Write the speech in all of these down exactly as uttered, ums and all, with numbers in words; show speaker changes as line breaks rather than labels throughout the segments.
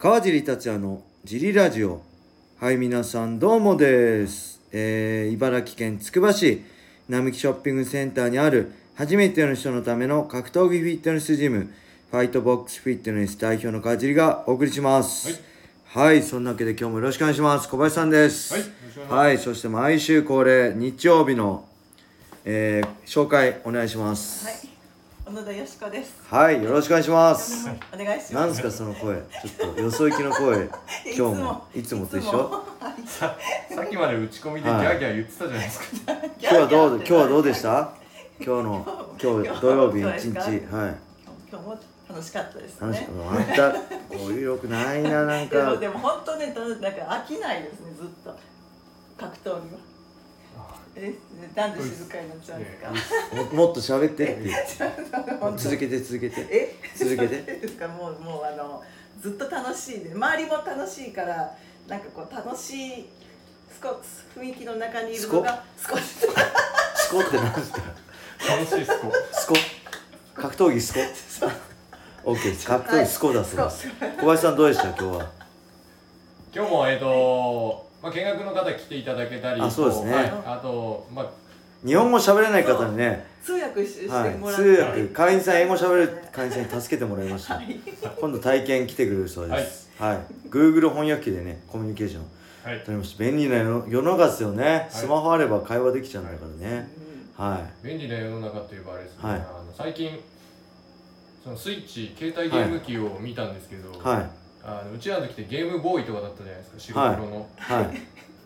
川尻達也のジリラジオ。はい、皆さんどうもです。えー、茨城県つくば市並木ショッピングセンターにある初めての人のための格闘技フィットネスジム、ファイトボックスフィットネス代表の川尻がお送りします。はい、はい、そんなわけで今日もよろしくお願いします。小林さんです。はい、はい、そして毎週恒例日曜日の、えー、紹介お願いします。
はい、小野田よしこです。
はい、よろしくお願いします。
お願いします。
なんですかその声、ちょっとよそ行きの声。今日もいつもと一緒。
さ, さっきまで打ち込みでギャーギャー言ってたじゃないですか。はい、
今日はどう今日はどうでした？今日の今日土曜日一日、はい。
今日も楽しかったですね。
楽しかった。またこういうよくないな、なんか。
でもでも本当ね、なんか飽きないですね、ずっと格闘技は。え、なんで静かになっちゃうんですか。
も, もっと喋ってって続けて続けて
え
続けて
ですか。もうもうあのずっと楽しいで、周りも楽しいからなんかこう楽しいスコ雰囲気の中にいるのがスコス
コってなんですか。
楽しいスコ
スコ格闘技スコオッケー、格闘技スコだそうです。小林さんどうでした今日は。
今日もえっ、ー、とまあ見学の方来ていただけたり、
あ、そうですね。
はい、あとまあ
日本語喋れない方にね、
通訳してもらって、はい、
通訳、会員さん英語喋る会員さんに助けてもらいました。はい、今度体験来てくれるそうです。はい。はい、Google 翻訳機でねコミュニケーション取りました。便利な世の中ですよね。はい、スマホあれば会話できちゃうんだからね。はい。はい、
便利な世の中といえばあれですね。
はい、
あの最近そのスイッチ携帯ゲーム機を見たんですけど、はい、あのうちらの時ってゲームボーイとかだったじゃないですか、白黒の。はい。はい、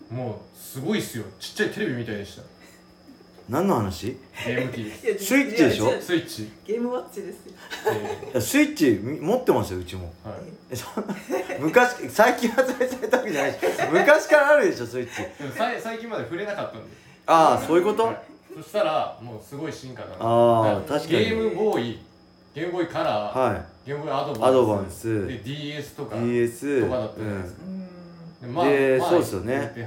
もうすごいっすよ。ちっちゃいテレビみたいでした。何
の話？
ゲーム機です。
スイッチでしょ？
スイッチ。
ゲームウォッチですよ。
えー、
スイッチ持ってますよ、うちも。はい、昔、最近発売されたわけじゃないし、昔からあるでしょ、スイッチ。
でもさ最近まで触れなかったんで。
ああ、そういうこと？はい、
そしたらもうすごい進化だな。
ああ、確かに。
ゲームボーイ、ゲームボーイカラー、はい、ゲームボーイアドバンス、
アドバンス
で ディーエス とか
ディーエス
とかだったじゃないですか。
うん、で、まあ、で、まあ、そうですよね。はい、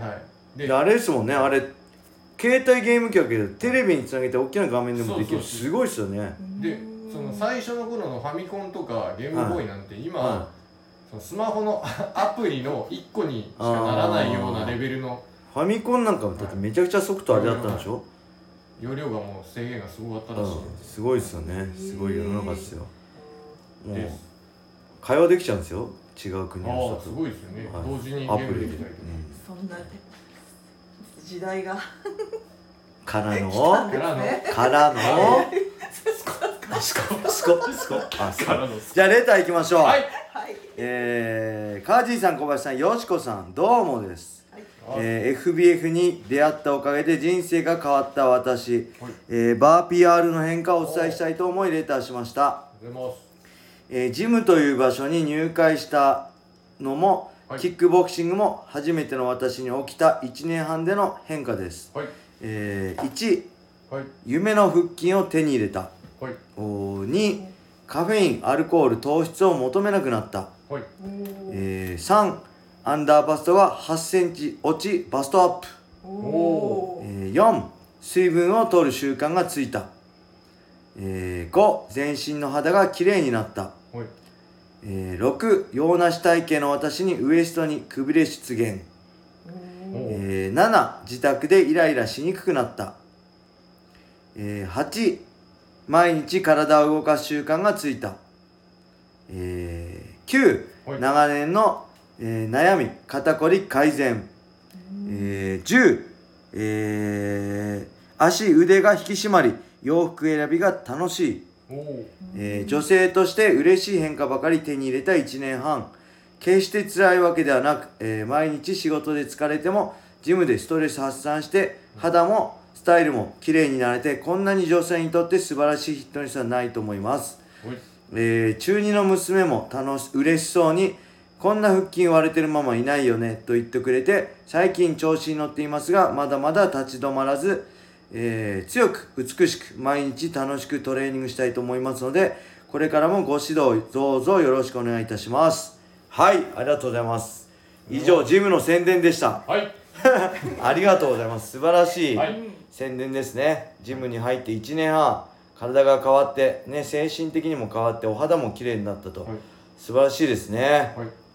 で、あれですもんね、あれ。携帯ゲーム機だけどテレビにつなげて大きな画面でもできる。すごいっすよね。
で、その最初の頃のファミコンとかゲームボーイなんて今、はい、そのスマホのアプリのいっこにしかならないようなレベルの。
ファミコンなんかだってめちゃくちゃソフトあれだったんでしょ。
容量がもう制限がすごかったらしい、
うん、すごいっすよね。すごい世の中ですよ。もう会話できちゃうんですよ、違う国の人と。
ああ、すごいですよね、はい、同時にゲ
ームできたり。
そんな時代が
からの
からの
からのスコスコスコあスコ。じゃあレターいきましょう。はい。えー、川尻さん、小林さん、よしこさん、どうもです。はい、えー、エフビーエフ に出会ったおかげで人生が変わった私、はい、えー、バー ピーアール の変化をお伝えしたいと思いレターしました。
ありがとうございます。
えー、ジムという場所に入会したのも、はい、キックボクシングも初めての私に起きたいちねんはんでの変化です。はい、えー、いち、はい、夢の腹筋を手に入れた。はい、おに、カフェイン、アルコール、糖質を求めなくなった。はい、えー、さん、アンダーバストがはちセンチ落ちバストアップ。おー、えー、よん、水分を摂る習慣がついた。えー、ご、全身の肌がきれいになった。はい、えー、ろく、洋梨体型の私にウエストにくびれ出現。えー、なな、自宅でイライラしにくくなった。えー、はち、毎日体を動かす習慣がついた。えー、きゅう、はい、長年の、えー、悩み肩こり改善。えー、じゅう、えー、足腕が引き締まり洋服選びが楽しい。えー、女性として嬉しい変化ばかり手に入れたいちねんはん。決して辛いわけではなく、えー、毎日仕事で疲れてもジムでストレス発散して肌もスタイルも綺麗になれて、こんなに女性にとって素晴らしいフィットネスはないと思います。えー、中にの娘も楽し嬉しそうにこんな腹筋割れてるママいないよねと言ってくれて、最近調子に乗っていますがまだまだ立ち止まらず、えー、強く美しく毎日楽しくトレーニングしたいと思いますので、これからもご指導どうぞよろしくお願いいたします。はい、ありがとうございます。以上ジムの宣伝でした。はいありがとうございます。素晴らしい宣伝ですね。ジムに入っていちねんはん、体が変わってね、精神的にも変わってお肌も綺麗になったと、はい、素晴らしいですね。はい、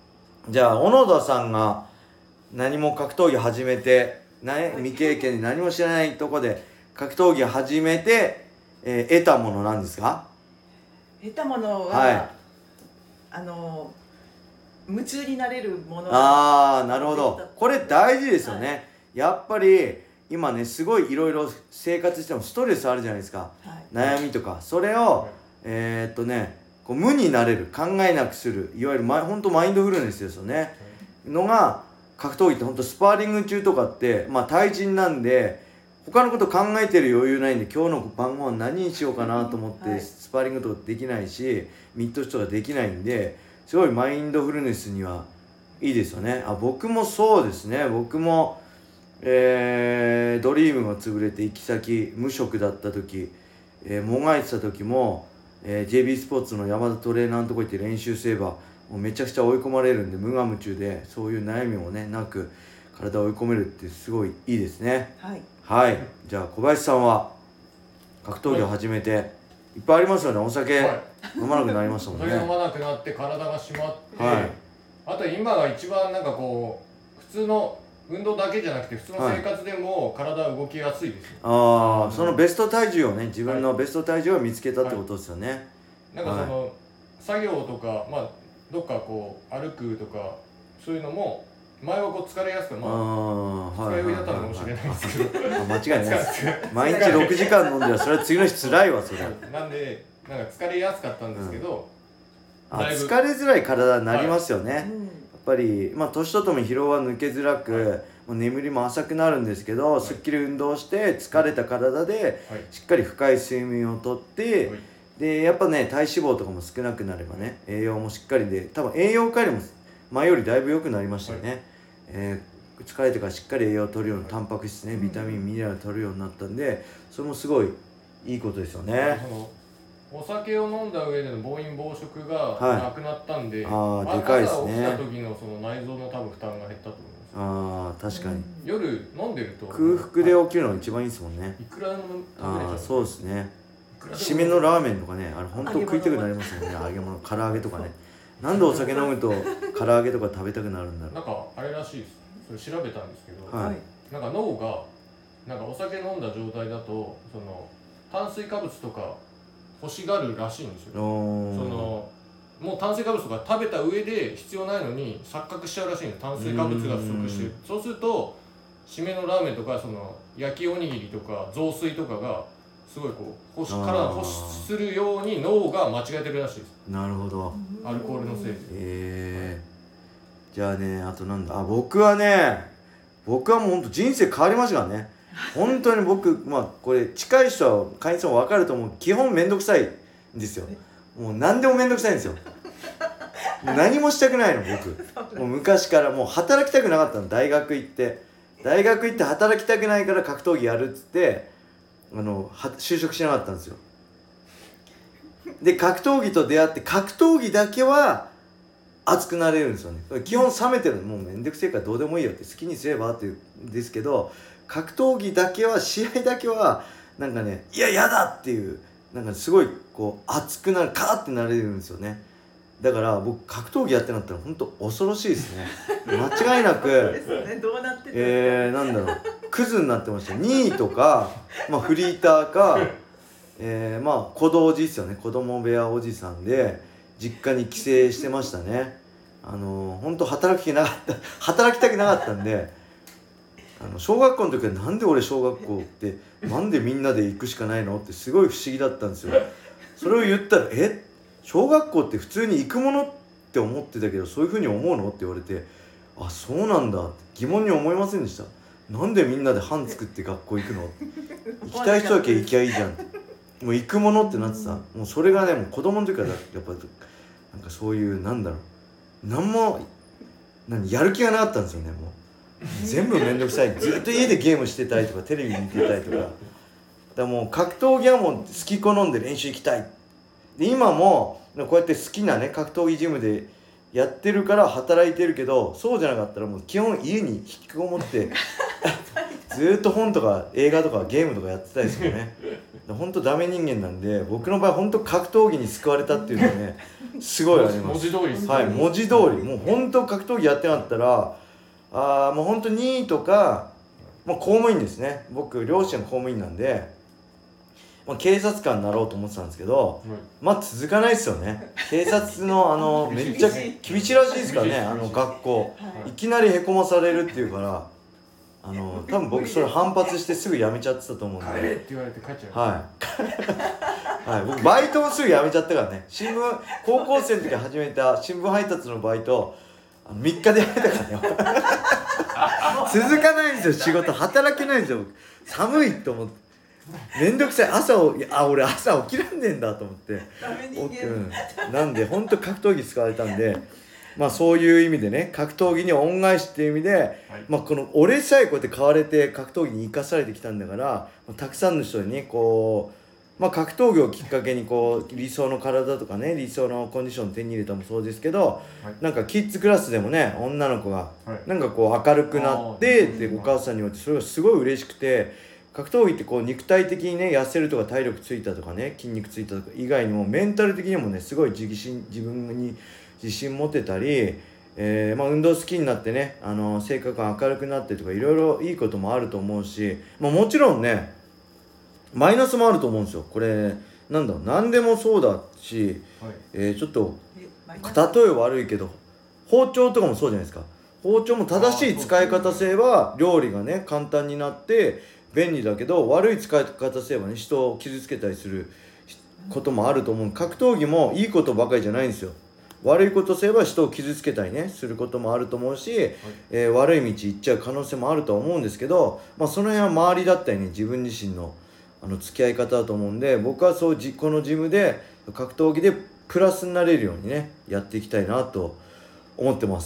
じゃあ小野田さんが何も格闘技始めて、ね、未経験で何も知らないとこで格闘技始めて、えー、得たものなんですか？
得たものは、はい、あの夢中になれるもの。
ああ、なるほど。これ大事ですよね、はい、やっぱり今ねすごいいろいろ生活してもストレスあるじゃないですか、はい、悩みとかそれを、はい、えー、っとねこう無になれる、考えなくする、いわゆる本当マインドフルネスですよね、はい、のが格闘技って本当スパーリング中とかってまあ対人なんで他のこと考えてる余裕ないんで今日の晩ご飯何にしようかなと思ってスパーリングとかできないしミッドシとかできないんですごいマインドフルネスにはいいですよね。あ、僕もそうですね。僕も、えー、ドリームが潰れて行き先無職だった時、えー、もがいてた時も、えー、ジェイビー スポーツの山田トレーナーのとこ行って練習すればもうめちゃくちゃ追い込まれるんで無我夢中でそういう悩みもねなく体を追い込めるってすごいいいですね。
はい、はい、
じゃあ小林さんは格闘技を始めて、はい、いっぱいありますよね。お酒、はい、飲まなくなりましたもんね。
お酒飲まなくなって体が締まって、はい、あと今が一番なんかこう普通の運動だけじゃなくて普通の生活でも体動きやすいですよ、
はい、ああ、そのベスト体重をね自分のベスト体重を見つけたってことですよね、はい、
なんかその、はい、作業とかまあどっかこう歩くとかそういうのも前はこう疲れやすくまあ疲れ酔いだったのかもしれないですけど
間違いないです毎日ろくじかん飲んではそれは次の日つらいわそれ
なんでなんか疲れやすかったんですけど、
うん、あ疲れづらい体になりますよね、はい、やっぱりまあ年とともに疲労は抜けづらく、はい、もう眠りも浅くなるんですけど、はい、すっきり運動して疲れた体でしっかり深い睡眠をとって、はい、でやっぱね体脂肪とかも少なくなればね栄養もしっかりで多分栄養管理も前よりだいぶ良くなりましたよね、はい、えー、疲れてからしっかり栄養を取るようなタンパク質ねビタミンミネラル取るようになったんでそれもすごいいいことですよね。
お酒を飲んだ上での暴飲暴食がなくなったんで、
はい、あでかいですね。
朝起きた時のその内臓の多分負担が減ったと思います。
ああ確かに、うん、
夜飲んでると
空腹で起きるのが一番いいですもんね。
いくらでも食べれちゃう。
ああそうですね。締めのラーメンとかねあれ本当食いたくなりますもんね。揚げ物唐揚げとかねなんでお酒飲むと唐揚げとか食べたくなるんだろう。
なんかあれらしいです。それ調べたんですけど、はい、なんか脳がなんかお酒飲んだ状態だとその炭水化物とか欲しがるらしいんですよ。そのもう炭水化物とか食べた上で必要ないのに錯覚しちゃうらしいんです。炭水化物が不足してる。そうすると締めのラーメンとかその焼きおにぎりとか雑炊とかがすごいこう欲し体を欲するように脳が間違えてるらしいです。
なるほど。
アルコールのせいで。
えー、じゃあねあとなんだあ僕はね僕はもうほんと人生変わりましたからね。本当に僕まあこれ近い人は会員さんも分かると思う基本めんどくさいんですよ。もう何でもめんどくさいんですよ。もう何もしたくないの僕。もう昔からもう働きたくなかったの。大学行って大学行って働きたくないから格闘技やるっつってあの就職しなかったんですよ。で格闘技と出会って格闘技だけは熱くなれるんですよね。基本冷めてるのもうめんどくせえからどうでもいいよって好きにすればっていうんですけど格闘技だけは試合だけはなんかねいややだっていうなんかすごいこう熱くなるカーってなれるんですよね。だから僕格闘技やってなったら本当恐ろしいですね。間違いなくえー、なんだろうクズになってました。にいとか、まあ、フリーターか、えー、まあ子供おじですよね。子供部屋おじさんで実家に帰省してましたね。あのー、本当働きなかった働きたくなかったんであの小学校の時はなんで俺小学校ってなんでみんなで行くしかないのってすごい不思議だったんですよ。それを言ったらえ小学校って普通に行くものって思ってたけどそういう風に思うのって言われてあそうなんだって疑問に思いませんでした。なんでみんなで班作って学校行くの行きたい人だけ行きゃいいじゃんもう行くものってなってさもうそれがねもう子供の時からやっぱなんかそういうなんだろう何も何やる気がなかったんですよね。もう全部めんどくさいずっと家でゲームしてたいとかテレビ見てたいとかだからもう格闘技はもう好き好んで練習行きたいで今もこうやって好きなね格闘技ジムでやってるから働いてるけどそうじゃなかったらもう基本家に引きこもってずっと本とか映画とかゲームとかやってたですよね。ほんとダメ人間なんで僕の場合ほんと格闘技に救われたっていうのはねすごいあります。
文字通りです。
はい、文字通りもう本当格闘技やってなかったらあもう本当にいとか、まあ、公務員ですね。僕両親公務員なんで、まあ、警察官になろうと思ってたんですけど、うん、まあ続かないですよね。警察のあのめっちゃ厳しいらしいですからね、あの学校、はい、いきなりへこまされるっていうからあの多分僕それ反発してすぐ辞めちゃってたと思うんで、
帰れって言われて帰っちゃう。
はいはい、僕バイトもすぐ辞めちゃったからね。新聞高校生の時始めた新聞配達のバイトあのみっかで辞めたからね続かないんですよ、仕事働けないんですよ僕。寒いと思ってめんどくさい、朝をあ俺朝起きらんねえんだと思ってうん、なんで本当格闘技使われたんでまあそういう意味でね、格闘技に恩返しっていう意味で、はい、まあこの俺さえこうやって買われて格闘技に生かされてきたんだから、まあ、たくさんの人にねこう、まあ、格闘技をきっかけにこう理想の体とかね理想のコンディションを手に入れたもそうですけど、はい、なんかキッズクラスでもね女の子がなんかこう明るくなってってお母さんに言われてそれがすごい嬉しくて、格闘技ってこう肉体的にね痩せるとか体力ついたとかね筋肉ついたとか以外にもメンタル的にもねすごい自信自分に自信持てたり、えーまあ、運動好きになってねあの性格が明るくなってとかいろいろいいこともあると思うし、まあ、もちろんねマイナスもあると思うんですよ。これなんだろう何でもそうだし、はいえー、ちょっと例え悪いけど包丁とかもそうじゃないですか。包丁も正しい使い方すれば料理がね簡単になって便利だけど悪い使い方すればね人を傷つけたりすることもあると思う。格闘技もいいことばかりじゃないんですよ。悪いことすれば人を傷つけたりねすることもあると思うし、はいえー、悪い道行っちゃう可能性もあるとは思うんですけど、まあ、その辺は周りだったりね自分自身のあの付き合い方だと思うんで、僕はそうじこのジムで格闘技でプラスになれるようにねやっていきたいなと思ってます、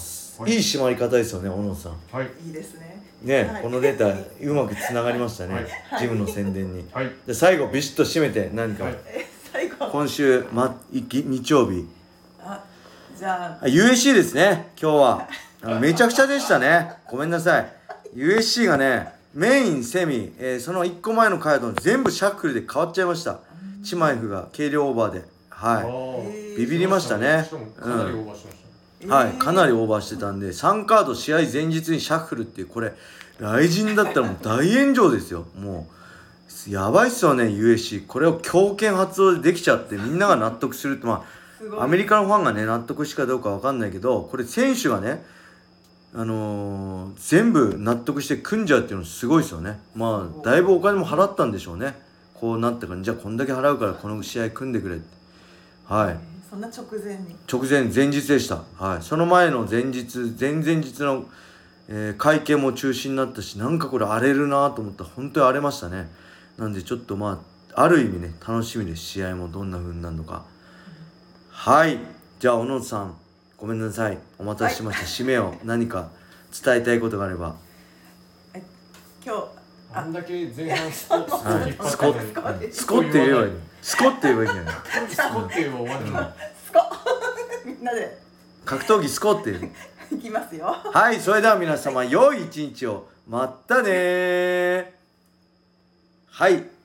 はい、いい締まり方ですよね小野さん。
はい、いいですね。
ね、
はい、
このデータうまくつながりましたね、はい、ジムの宣伝に、
はい、
で最後ビシッと締めて何か、はい、
最後
今週、ま、日曜日
あじゃあ
ユーエフシー ですね今日はあのめちゃくちゃでしたねごめんなさい。 ユーエフシー がねメインセミ、えー、そのいっこまえのカード全部シャッフルで変わっちゃいました。チマエフが軽量オーバーではいビビりましたね。
かなりオーバーしました、
うん、はいかなりオーバーしてたんでさんカード試合前日にシャッフルっていうこれ雷神だったらもう大炎上ですよ。もうやばいっすよね ユーエフシー。 これを強肩発動でできちゃってみんなが納得するってまあアメリカのファンがね納得しかどうかわかんないけどこれ選手がねあのー、全部納得して組んじゃうっていうのすごいですよね。まあだいぶお金も払ったんでしょうね。こうなったからじゃあこんだけ払うからこの試合組んでくれってはい。
そんな直前に
直前前日でした。はいその前の前日前々日の、えー、会見も中止になったしなんかこれ荒れるなと思ったら本当に荒れましたね。なんでちょっとまあある意味ね楽しみです。試合もどんな風になるのか、うん、はいじゃあ小野さんごめんなさいお待たせしました、はい、締めを何か伝えたいことがあれば。
え今日
あんだけ前半スコッ
はい、スコッスコって言えばいいスコって言えばいいんじゃない
スコって言えば終わりだ
スコみんなで
格闘技スコって
いきますよ。
はいそれでは皆様良い一日をまたねはい。